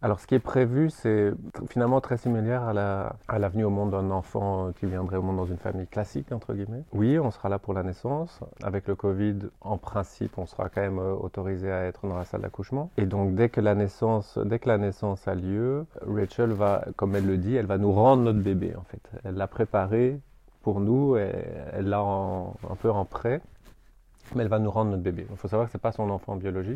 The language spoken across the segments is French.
Alors, ce qui est prévu, c'est finalement très similaire à la venue au monde d'un enfant qui viendrait au monde dans une famille classique, entre guillemets. Oui, on sera là pour la naissance. Avec le Covid, en principe, on sera quand même autorisé à être dans la salle d'accouchement. Et donc, dès que la naissance a lieu, Rachel va, comme elle le dit, elle va nous rendre notre bébé, en fait. Elle l'a préparé pour nous, et elle l'a un peu en prêt, mais elle va nous rendre notre bébé. Il faut savoir que c'est pas son enfant biologique.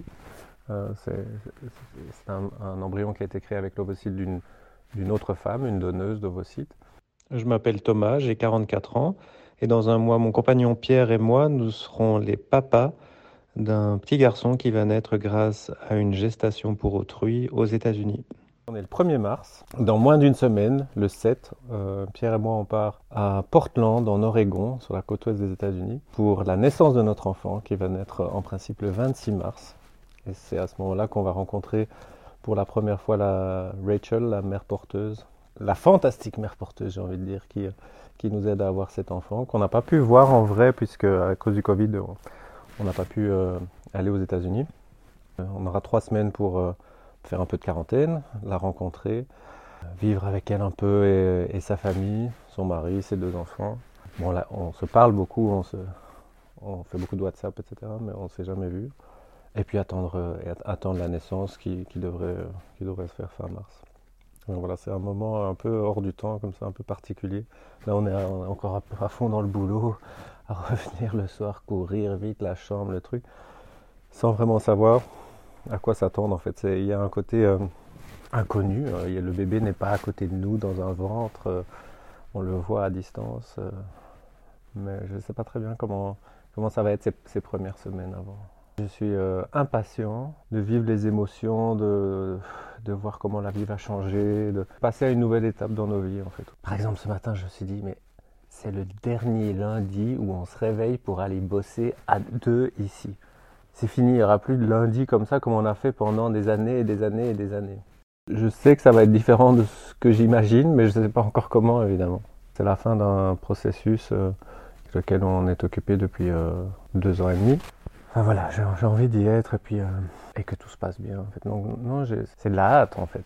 C'est un embryon qui a été créé avec l'ovocyte d'une autre femme, une donneuse d'ovocytes. Je m'appelle Thomas, j'ai 44 ans, et dans un mois, mon compagnon Pierre et moi, nous serons les papas d'un petit garçon qui va naître grâce à une gestation pour autrui aux États-Unis. On est le 1er mars. Dans moins d'une semaine, le 7, Pierre et moi, on part à Portland, en Oregon, sur la côte ouest des États-Unis, pour la naissance de notre enfant, qui va naître en principe le 26 mars. Et c'est à ce moment-là qu'on va rencontrer pour la première fois Rachel, la mère porteuse, la fantastique mère porteuse, j'ai envie de dire, qui nous aide à avoir cet enfant, qu'on n'a pas pu voir en vrai, puisque à cause du Covid, on n'a pas pu aller aux États-Unis. On aura 3 semaines pour faire un peu de quarantaine, la rencontrer, vivre avec elle un peu et sa famille, son mari, ses 2 enfants. Bon, là, on se parle beaucoup, on fait beaucoup de WhatsApp, etc., mais on ne s'est jamais vu. Et puis attendre la naissance qui devrait se faire fin mars. Donc voilà, c'est un moment un peu hors du temps, comme ça, un peu particulier. Là, on est encore à fond dans le boulot, à revenir le soir, courir vite, la chambre, le truc, sans vraiment savoir à quoi s'attendre en fait. Il y a un côté inconnu, le bébé n'est pas à côté de nous dans un ventre, on le voit à distance, mais je ne sais pas très bien comment ça va être ces premières semaines avant. Je suis impatient de vivre les émotions, de voir comment la vie va changer, de passer à une nouvelle étape dans nos vies en fait. Par exemple, ce matin, je me suis dit, mais c'est le dernier lundi où on se réveille pour aller bosser à 2 ici. C'est fini, il n'y aura plus de lundi comme ça, comme on a fait pendant des années et des années et des années. Je sais que ça va être différent de ce que j'imagine, mais je ne sais pas encore comment, évidemment. C'est la fin d'un processus avec lequel on est occupé depuis 2 ans et demi. Enfin voilà, j'ai envie d'y être et puis et que tout se passe bien. En fait, non, c'est de la hâte en fait.